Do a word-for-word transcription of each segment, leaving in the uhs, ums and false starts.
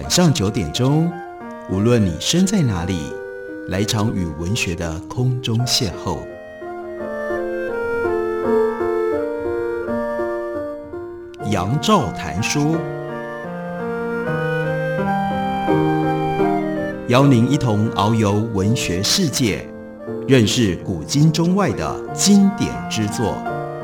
晚上九点钟，无论你身在哪里，来一场与文学的空中邂逅。杨照谈书，邀您一同遨游文学世界，认识古今中外的经典之作。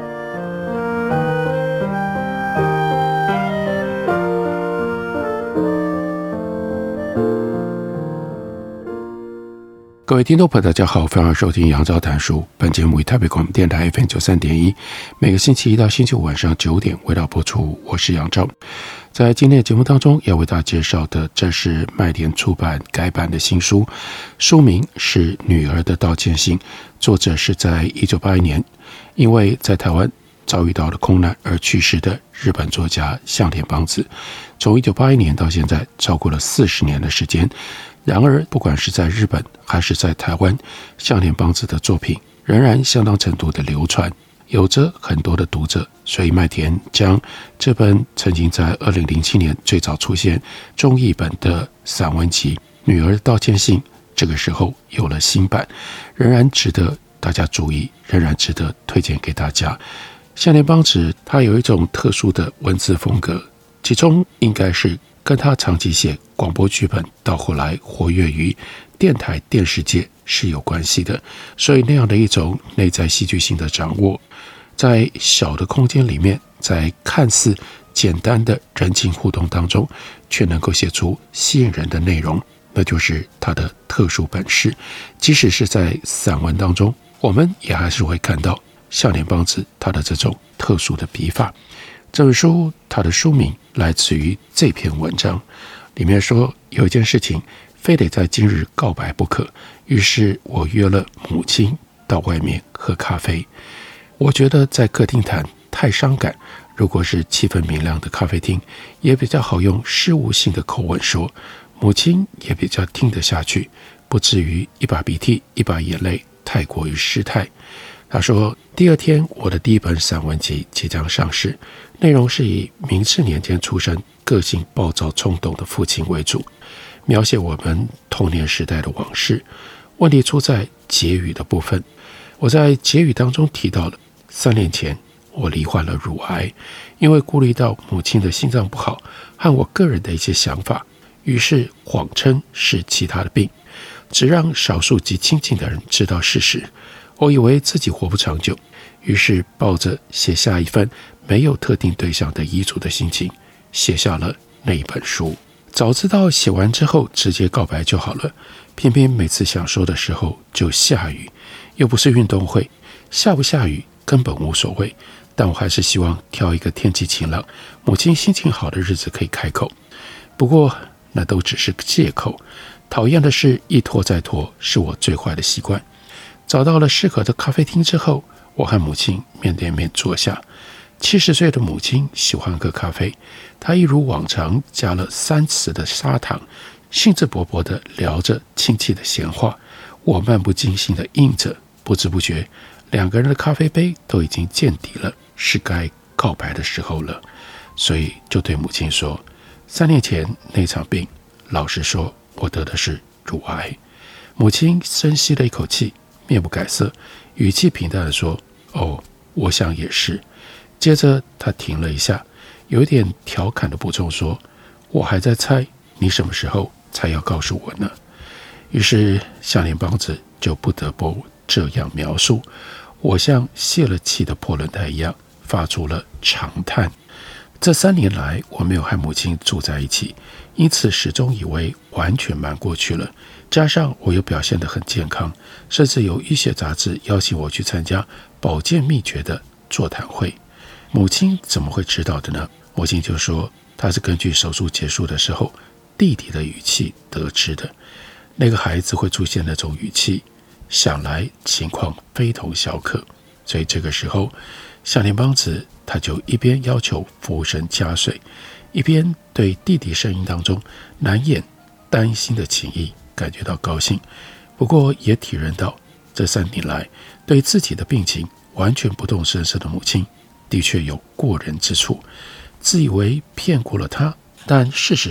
各位听众朋友大家好，欢迎收听杨照谈书。本节目以台北广播电台 F M 九十三点一，每个星期一到星期五晚上九点为大家播出。我是杨照。在今天的节目当中要为大家介绍的，这是麦田出版改版的新书，书名是《女儿的道歉信》，作者是在一九八一年因为在台湾遭遇到了空难而去世的日本作家向田邦子。从一九八一年到现在超过了四十年的时间，然而不管是在日本还是在台湾，向田邦子的作品仍然相当程度的流传，有着很多的读者。所以麦田将这本曾经在二零零七年最早出现中译本的散文集《女儿的道歉信》，这个时候有了新版，仍然值得大家注意，仍然值得推荐给大家。向田邦子他有一种特殊的文字风格，其中应该是跟他长期写广播剧本到后来活跃于电台电视界是有关系的。所以那样的一种内在戏剧性的掌握，在小的空间里面，在看似简单的人情互动当中，却能够写出吸引人的内容，那就是他的特殊本事。即使是在散文当中，我们也还是会看到向田邦子他的这种特殊的笔法。这本书它的书名来自于这篇文章，里面说有一件事情非得在今日告白不可，于是我约了母亲到外面喝咖啡。我觉得在客厅谈太伤感，如果是气氛明亮的咖啡厅，也比较好用事务性的口吻说，母亲也比较听得下去，不至于一把鼻涕一把眼泪，太过于失态。他说，第二天我的第一本散文集即将上市，内容是以明治年间出生、个性暴躁冲动的父亲为主，描写我们童年时代的往事。问题出在结语的部分。我在结语当中提到了三年前我罹患了乳癌，因为顾虑到母亲的心脏不好和我个人的一些想法，于是谎称是其他的病，只让少数极亲近的人知道事实。我以为自己活不长久，于是抱着写下一份没有特定对象的遗嘱的心情，写下了那一本书。早知道写完之后直接告白就好了，偏偏每次想说的时候就下雨，又不是运动会，下不下雨根本无所谓，但我还是希望挑一个天气晴朗、母亲心情好的日子可以开口。不过那都只是借口，讨厌的是一拖再拖，是我最坏的习惯。找到了适合的咖啡厅之后，我和母亲面对面坐下。七十岁的母亲喜欢喝咖啡，她一如往常加了三匙的砂糖，兴致勃勃地聊着亲戚的闲话。我漫不经心地应着，不知不觉两个人的咖啡杯都已经见底了，是该告白的时候了。所以就对母亲说，三年前那场病，老实说我得的是乳癌。母亲深吸了一口气，面不改色，语气平淡地说，哦，我想也是。接着他停了一下，有一点调侃的补充说，我还在猜你什么时候才要告诉我呢？于是向田邦子就不得不这样描述，我像泄了气的破轮胎一样发出了长叹。这三年来我没有和母亲住在一起，因此始终以为完全瞒过去了。加上我又表现得很健康，甚至有医学杂志邀请我去参加保健秘诀的座谈会。母亲怎么会知道的呢？母亲就说，她是根据手术结束的时候弟弟的语气得知的。那个孩子会出现那种语气，想来情况非同小可。所以这个时候，向田邦子他就一边要求服务生加水，一边对弟弟声音当中难掩担心的情意感觉到高兴。不过也体认到这三年来对自己的病情完全不动声色的母亲的确有过人之处，自以为骗过了他，但事实上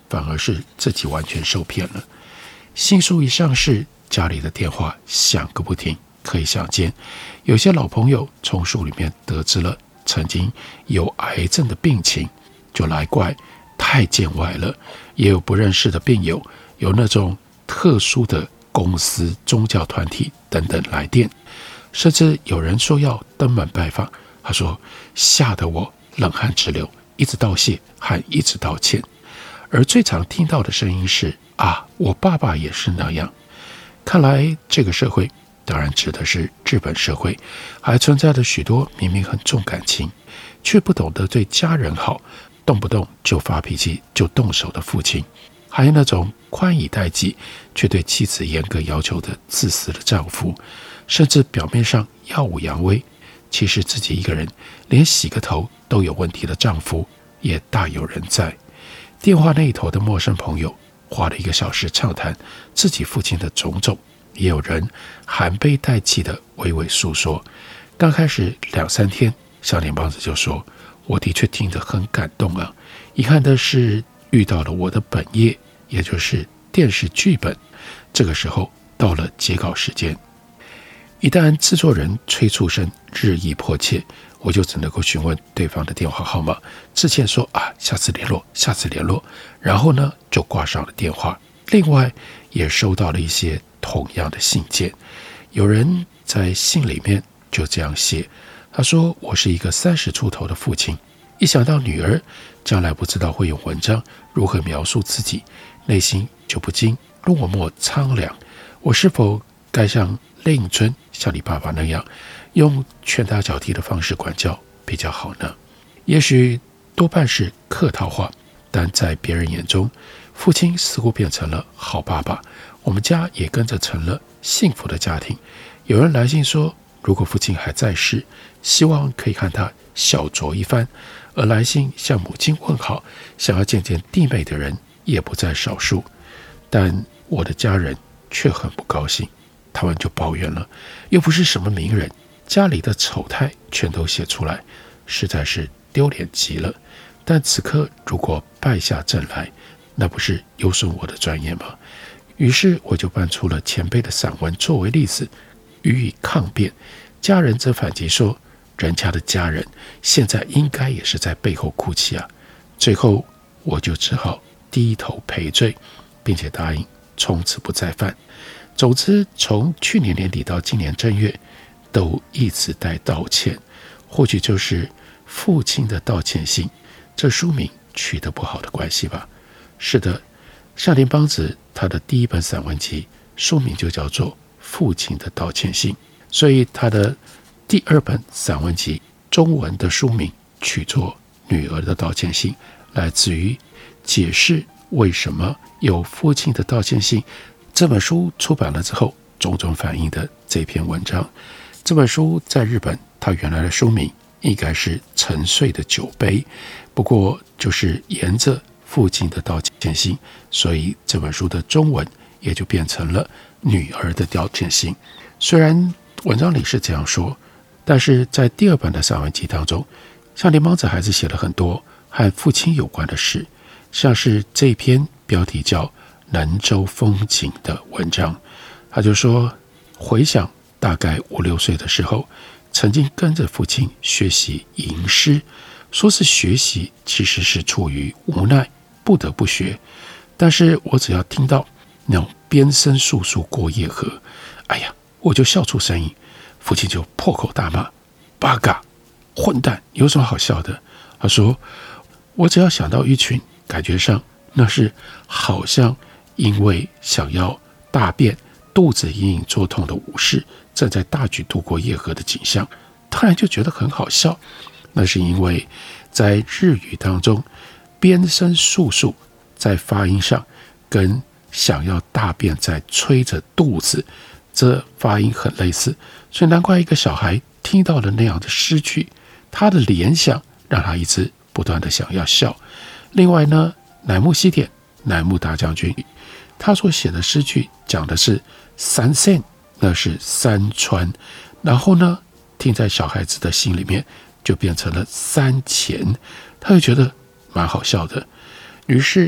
反而是自己完全受骗了。新书一上市，家里的电话响个不停，可以想见，有些老朋友从书里面得知了曾经有癌症的病情，就来怪太见外了。也有不认识的病友，有那种特殊的公司、宗教团体等等来电，甚至有人说要登门拜访。他说吓得我冷汗直流，一直道谢和一直道歉。而最常听到的声音是啊，我爸爸也是那样。看来这个社会，当然指的是日本社会，还存在着许多明明很重感情，却不懂得对家人好，动不动就发脾气就动手的父亲，还有那种宽以待己却对妻子严格要求的自私的丈夫，甚至表面上耀武扬威，其实自己一个人连洗个头都有问题的丈夫也大有人在。电话那一头的陌生朋友花了一个小时畅谈自己父亲的种种，也有人含悲带气的娓娓诉说。刚开始两三天，少年帮子就说，我的确听得很感动啊，遗憾的是遇到了我的本业，也就是电视剧本。这个时候到了截稿时间，一旦制作人催促声日益迫切，我就只能够询问对方的电话号码，致歉说啊，下次联络，下次联络，然后呢就挂上了电话。另外也收到了一些同样的信件，有人在信里面就这样写，他说我是一个三十出头的父亲，一想到女儿将来不知道会用文章如何描述自己，内心就不禁落寞苍凉。我是否该像令尊像你爸爸那样用拳打脚踢的方式管教比较好呢？也许多半是客套话，但在别人眼中，父亲似乎变成了好爸爸，我们家也跟着成了幸福的家庭。有人来信说，如果父亲还在世，希望可以和他小酌一番，而来信向母亲问好，想要见见弟妹的人也不在少数。但我的家人却很不高兴，他们就抱怨了，又不是什么名人，家里的丑态全都写出来，实在是丢脸极了。但此刻如果败下阵来，那不是有损我的专业吗？于是我就搬出了前辈的散文作为例子，予以抗辩。家人则反击说，人家的家人现在应该也是在背后哭泣啊。最后我就只好低头赔罪，并且答应从此不再犯。总之，从去年年底到今年正月，都一直在道歉。或许就是父亲的道歉信，这书名取得不好的关系吧。是的，夏田邦子他的第一本散文集书名就叫做《父亲的道歉信》，所以他的第二本散文集中文的书名取作《女儿的道歉信》，来自于解释为什么有父亲的道歉信。这本书出版了之后，种种反映的这篇文章。这本书在日本，它原来的书名应该是《沉睡的酒杯》，不过就是沿着父亲的道歉信，所以这本书的中文也就变成了《女儿的道歉信》。虽然文章里是这样说，但是在第二本的散文集当中，夏田邦子还是写了很多和父亲有关的事，像是这篇标题叫《南州风景》的文章。他就说，回想大概五六岁的时候，曾经跟着父亲学习吟诗，说是学习，其实是出于无奈，不得不学。但是我只要听到那种边声诉诉过夜河，哎呀，我就笑出声音，父亲就破口大骂，八嘎，混蛋，有什么好笑的？他说，我只要想到一群感觉上那是好像因为想要大便肚子隐隐作痛的武士正在大举渡过夜河的景象，当然就觉得很好笑。那是因为在日语当中，边声诉诉在发音上跟想要大便在吹着肚子，这发音很类似，所以难怪一个小孩听到了那样的诗句，他的联想让他一直不断的想要笑。另外呢，乃木希典乃木大将军他所写的诗句讲的是三线，那是山川，然后呢听在小孩子的心里面就变成了三钱，他就觉得蛮好笑的。于是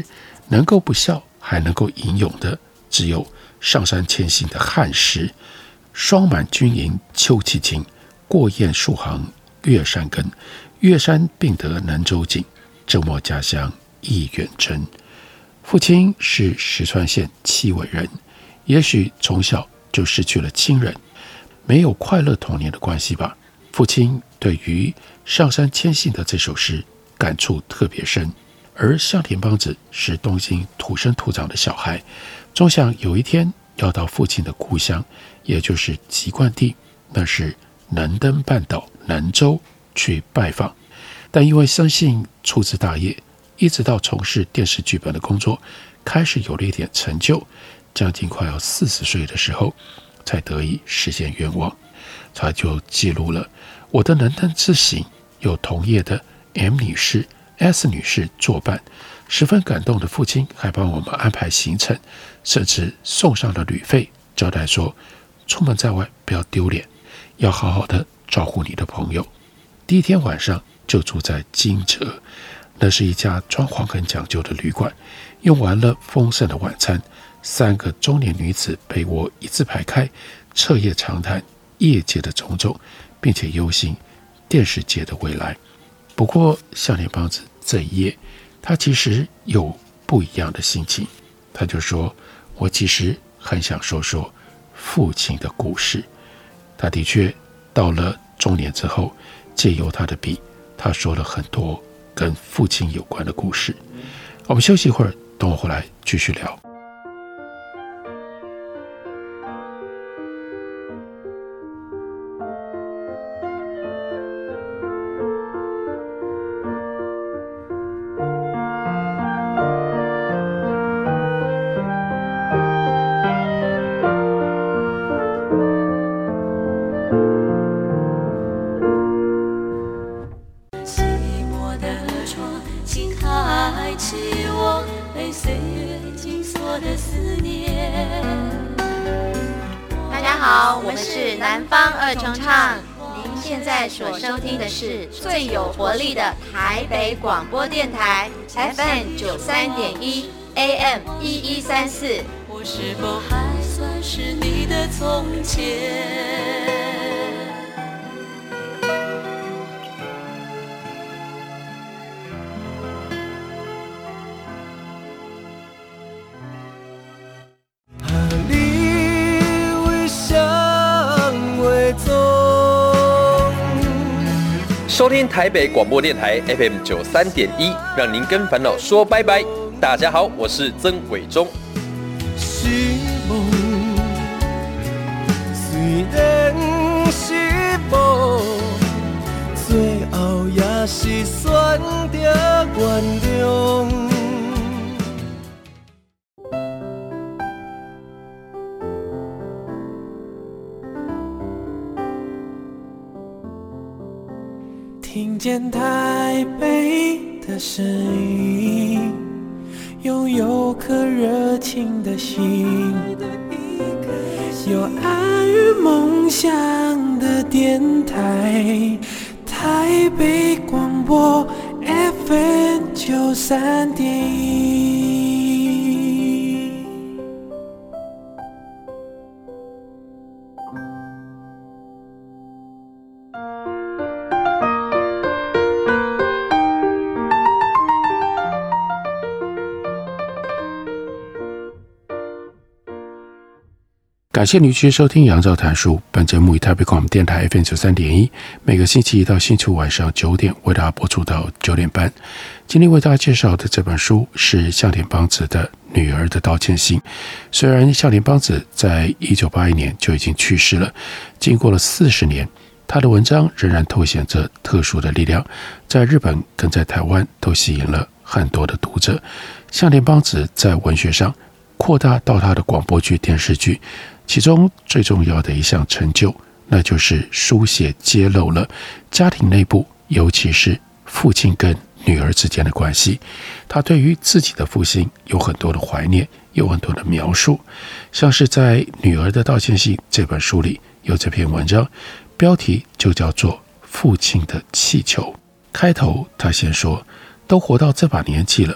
能够不笑还能够吟咏的，只有上山千行的汉诗：霜满军营秋气清，过雁数行越山根。越山并得南州近，周末家乡忆远征。父亲是石川县七尾人，也许从小就失去了亲人，没有快乐童年的关系吧。父亲对于上山千行的这首诗感触特别深，而向田邦子是东京土生土长的小孩，终想有一天要到父亲的故乡，也就是籍贯地，那是能登半岛南州去拜访。但因为生性粗枝大叶，一直到从事电视剧本的工作，开始有了一点成就，将近快要四十岁的时候，才得以实现愿望。他就记录了我的能登之行，有同业的 M 女士、S 女士作伴，十分感动的父亲还帮我们安排行程，甚至送上了旅费，交代说出门在外不要丢脸，要好好的照顾你的朋友。第一天晚上就住在金泽，那是一家装潢很讲究的旅馆。用完了丰盛的晚餐，三个中年女子被我一字排开，彻夜长谈业界的种种，并且忧心电视界的未来。不过向田邦子这一夜，他其实有不一样的心情。他就说，我其实很想说说父亲的故事。他的确到了中年之后，借由他的笔，他说了很多跟父亲有关的故事。我们休息一会儿，等我回来继续聊。 所收听的是最有活力的台北广播电台 F M 九三点一 A M 一一三四。我是否还算是你的从前？ 收听台北广播电台 F M 九三点一，让您跟烦恼说拜拜。大家好，我是曾伟忠。是梦，虽然是梦，最后也是选择原谅。听见台北的声音，拥有颗热情的心，有爱与梦想的电台，台北广播 F M 九三点一。 感谢你继续收听杨照谈书，本节目以台北广播电台 F M 九三点一，每个星期一到星期五晚上九点为大家播出到九点半。今天为大家介绍的这本书是向田邦子的《女儿的道歉信》。虽然向田邦子在一九八一年就已经去世了，经过了四十年，他的文章仍然透显着特殊的力量，在日本跟在台湾都吸引了很多的读者。向田邦子在文学上扩大到他的广播剧、电视剧，其中最重要的一项成就，那就是书写揭露了家庭内部，尤其是父亲跟女儿之间的关系。他对于自己的父亲有很多的怀念，有很多的描述，像是在《女儿的道歉信》这本书里有这篇文章，标题就叫做《父亲的气球》。开头他先说，都活到这把年纪了，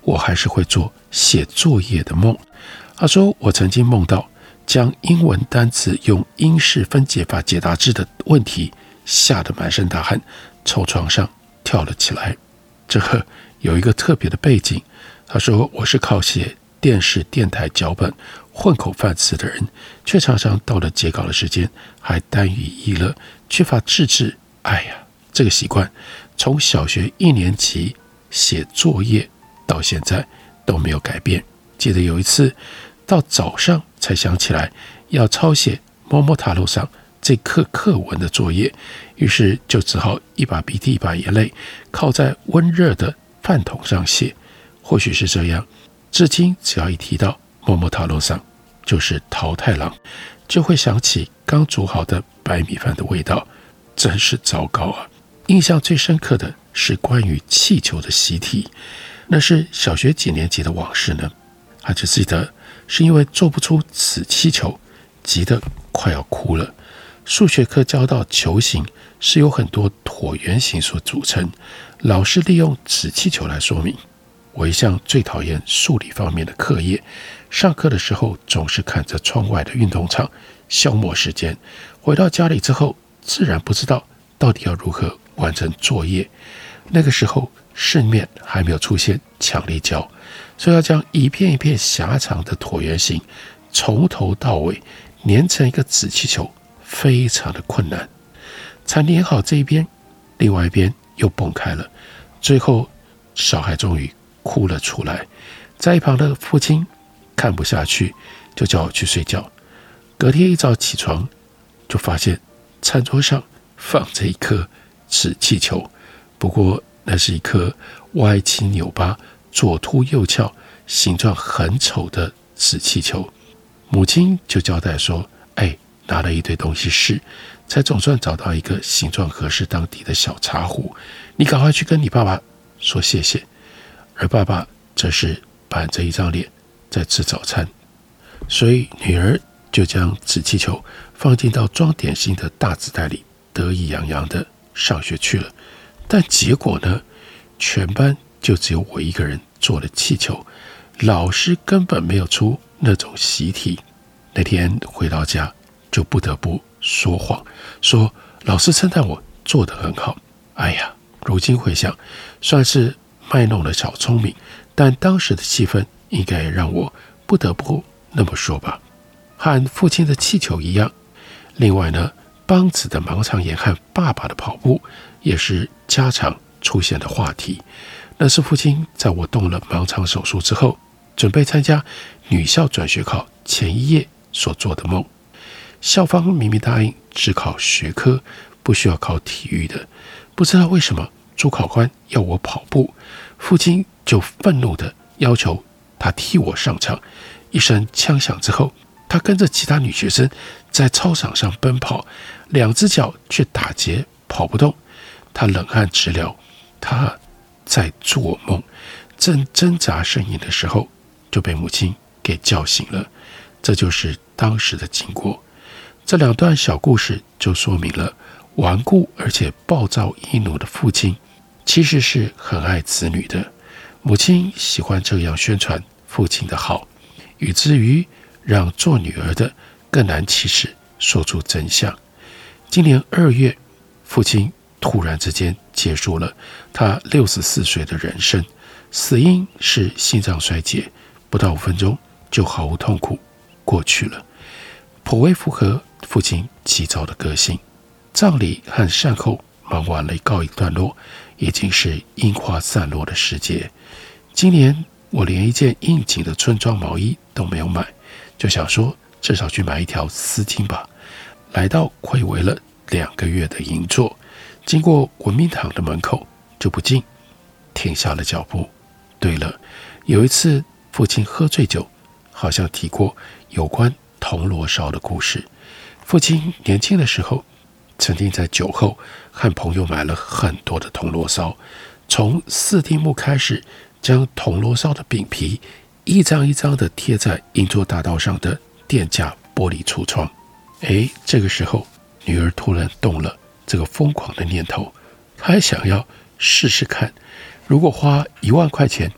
我还是会做写作业的梦。他说，我曾经梦到将英文单词用英式分解法解答字的问题，吓得满身大汗，从床上跳了起来。这个有一个特别的背景，他说，我是靠写电视电台脚本混口饭吃的人，却常常到了截稿的时间还耽于娱乐，缺乏自制。哎呀，这个习惯从小学一年级写作业到现在都没有改变。记得有一次到早上才想起来要抄写摸摸塔楼上这课课文的作业，于是就只好一把鼻涕一把眼泪靠在温热的饭桶上写。或许是这样，至今只要一提到摸摸塔楼上就是桃太郎，就会想起刚煮好的白米饭的味道，真是糟糕啊。印象最深刻的是关于气球的习题，那是小学几年级的往事呢？他只记得是因为做不出紫气球，急得快要哭了。数学课教到球形是由很多椭圆形所组成，老师利用紫气球来说明。我一向最讨厌数理方面的课业，上课的时候总是看着窗外的运动场消磨时间，回到家里之后自然不知道到底要如何完成作业。那个时候市面还没有出现强力胶，所以要将一片一片狭长的椭圆形从头到尾粘成一个紫气球，非常的困难。才粘好这一边，另外一边又崩开了，最后小孩终于哭了出来。在一旁的父亲看不下去，就叫我去睡觉。隔天一早起床，就发现餐桌上放着一颗紫气球，不过那是一颗歪七扭八、左凸右翘、形状很丑的紫气球。母亲就交代说，哎，拿了一堆东西试，才总算找到一个形状合适当底的小茶壶，你赶快去跟你爸爸说谢谢。而爸爸则是板着一张脸在吃早餐，所以女儿就将紫气球放进到装点心的大纸袋里，得意洋洋的上学去了。但结果呢，全班就只有我一个人做了气球，老师根本没有出那种习题。那天回到家就不得不说谎，说老师称赞我做得很好。哎呀，如今回想，算是卖弄了小聪明，但当时的气氛应该也让我不得不那么说吧。和父亲的气球一样，另外呢，邦子的盲肠炎和爸爸的跑步也是家常出现的话题。那是父亲在我动了盲肠手术之后，准备参加女校转学考前一夜所做的梦。校方明明答应只考学科，不需要考体育的，不知道为什么主考官要我跑步，父亲就愤怒地要求他替我上场。一声枪响之后，他跟着其他女学生在操场上奔跑，两只脚却打结跑不动。他冷汗直流，他在做梦，正挣扎呻吟的时候就被母亲给叫醒了。这就是当时的经过。这两段小故事就说明了顽固而且暴躁易怒的父亲其实是很爱子女的。母亲喜欢这样宣传父亲的好，以至于让做女儿的更难启齿说出真相。今年二月，父亲突然之间结束了他六十四岁的人生，死因是心脏衰竭，不到五分钟就毫无痛苦过去了，颇为符合父亲急躁的个性。葬礼和善后忙完了，告一段落，已经是樱花散落的时节。今年我连一件应景的村庄毛衣都没有买，就想说至少去买一条丝巾吧。来到睽违了两个月的银座，经过文明堂的门口，就不禁停下了脚步。对了，有一次父亲喝醉酒，好像提过有关铜锣烧的故事。父亲年轻的时候曾经在酒后和朋友买了很多的铜锣烧，从四丁目开始，将铜锣烧的饼皮一张一张的贴在银座大道上的店家玻璃橱窗。诶，这个时候女儿突然动了这个疯狂的念头，她还想要试试看，如果花一万块钱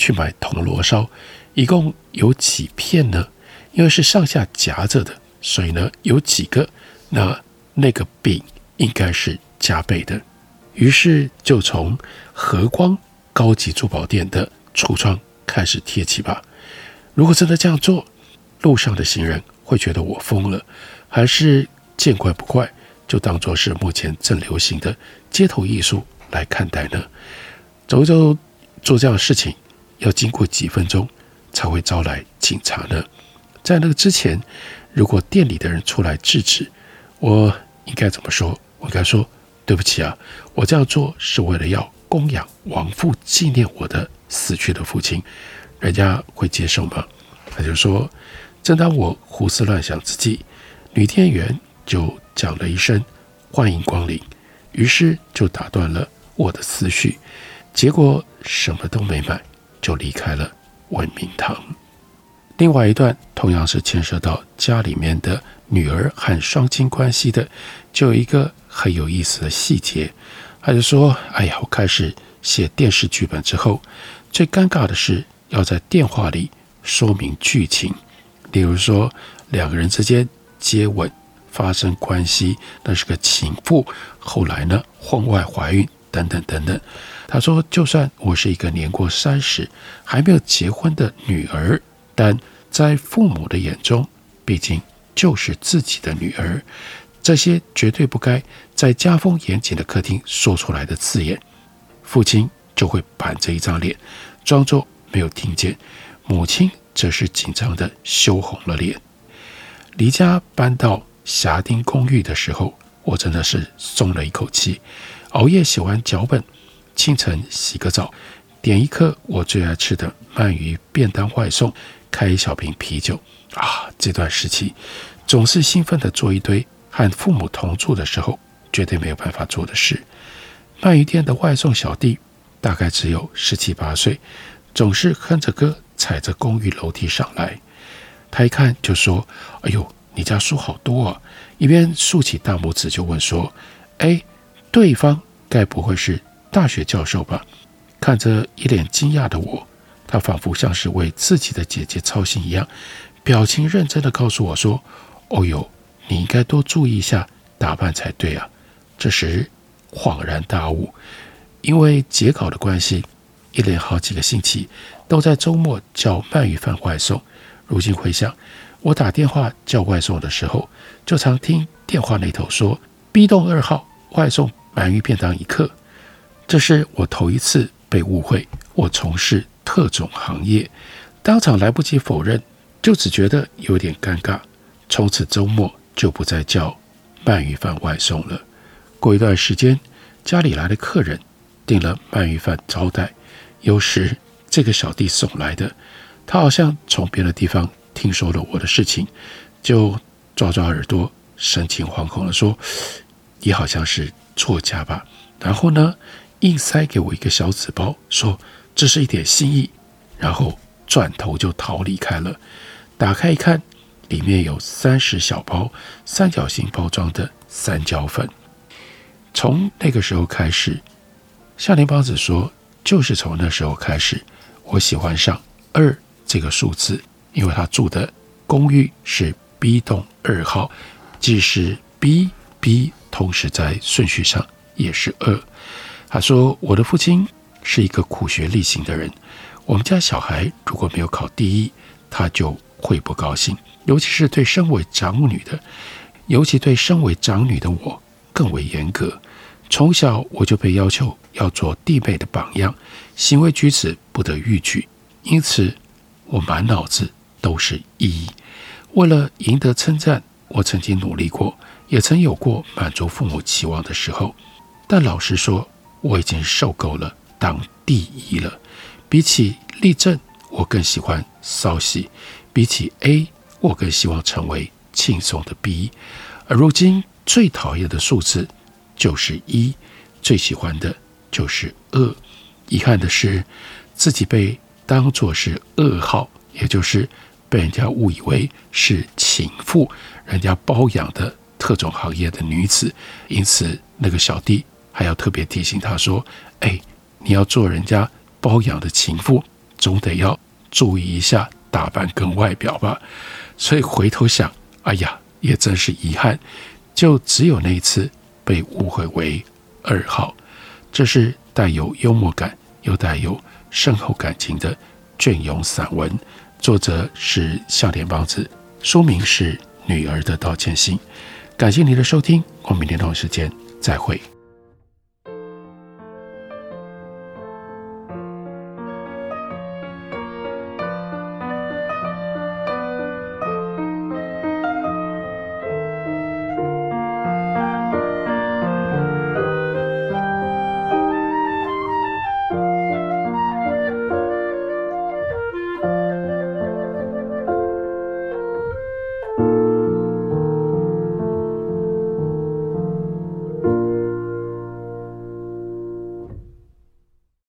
去买铜锣烧，一共有几片呢？因为是上下夹着的，所以呢有几个，那那个饼应该是加倍的。于是就从和光高级珠宝店的橱窗开始贴起吧。如果真的这样做，路上的行人会觉得我疯了，还是见怪不怪，就当作是目前正流行的街头艺术来看待呢？走一走做这样的事情要经过几分钟才会招来警察呢？在那个之前，如果店里的人出来制止，我应该怎么说？我应该说对不起啊，我这样做是为了要供养亡父，纪念我的死去的父亲。人家会接受吗？他就说，正当我胡思乱想之际，女店员就讲了一声欢迎光临，于是就打断了我的思绪，结果什么都没买就离开了文明堂。另外一段同样是牵涉到家里面的女儿和双亲关系的，就有一个很有意思的细节。他就说，哎呀，我开始写电视剧本之后，最尴尬的是要在电话里说明剧情，例如说两个人之间接吻发生关系，那是个情妇，后来呢婚外怀孕等等等等。他说就算我是一个年过三十还没有结婚的女儿，但在父母的眼中毕竟就是自己的女儿，这些绝对不该在家风严谨的客厅说出来的字眼，父亲就会板着一张脸装作没有听见，母亲则是紧张的羞红了脸。离家搬到霞丁公寓的时候，我真的是松了一口气，熬夜写完脚本，清晨洗个澡，点一颗我最爱吃的鳗鱼便当外送，开一小瓶啤酒啊！这段时期总是兴奋地做一堆和父母同住的时候绝对没有办法做的事。鳗鱼店的外送小弟大概只有十七八岁，总是哼着歌踩着公寓楼梯上来。他一看就说，哎呦，你家书好多啊，一边竖起大拇指就问说，哎，对方该不会是大学教授吧？看着一脸惊讶的我，他仿佛像是为自己的姐姐操心一样，表情认真地告诉我说，哦呦，你应该多注意一下打扮才对啊。这时恍然大悟，因为截稿的关系，一连好几个星期都在周末叫鳗鱼饭外送。如今回想，我打电话叫外送的时候，就常听电话那头说 B 栋二号外送鳗鱼便当一克。这是我头一次被误会我从事特种行业，当场来不及否认，就只觉得有点尴尬，从此周末就不再叫鳗鱼饭外送了。过一段时间，家里来的客人订了鳗鱼饭招待，有时这个小弟送来的，他好像从别的地方听说了我的事情，就抓抓耳朵，神情惶恐地说，你好像是作家吧？然后呢，硬塞给我一个小纸包，说这是一点心意，然后转头就逃离开了。打开一看，里面有三十小包三角形包装的三角粉。从那个时候开始，夏林邦子说，就是从那时候开始，我喜欢上二这个数字，因为他住的公寓是 B 栋二号，即使 B B 同时在顺序上也是二。他说，我的父亲是一个苦学力行的人，我们家小孩如果没有考第一，他就会不高兴，尤其是对身为长女的，尤其对身为长女的我更为严格。从小我就被要求要做弟妹的榜样，行为举止不得逾矩，因此我满脑子都是一。为了赢得称赞，我曾经努力过，也曾有过满足父母期望的时候，但老实说，我已经受够了当第一了。比起立正，我更喜欢稍息；比起 A， 我更希望成为轻松的 B。而如今最讨厌的数字就是一，最喜欢的就是二。遗憾的是，自己被当作是二号，也就是被人家误以为是情妇，人家包养的特种行业的女子。因此那个小弟还要特别提醒他说，哎，你要做人家包养的情妇， 总得要注意一下打扮跟外表吧。所以回头想，哎呀，也真是遗憾，就只有那一次被误会为二号。这是带有幽默感又带有深厚感情的隽永散文，作者是笑脸帮子，书名是《女儿的道歉信》。感谢您的收听，我们明天同一时间再会。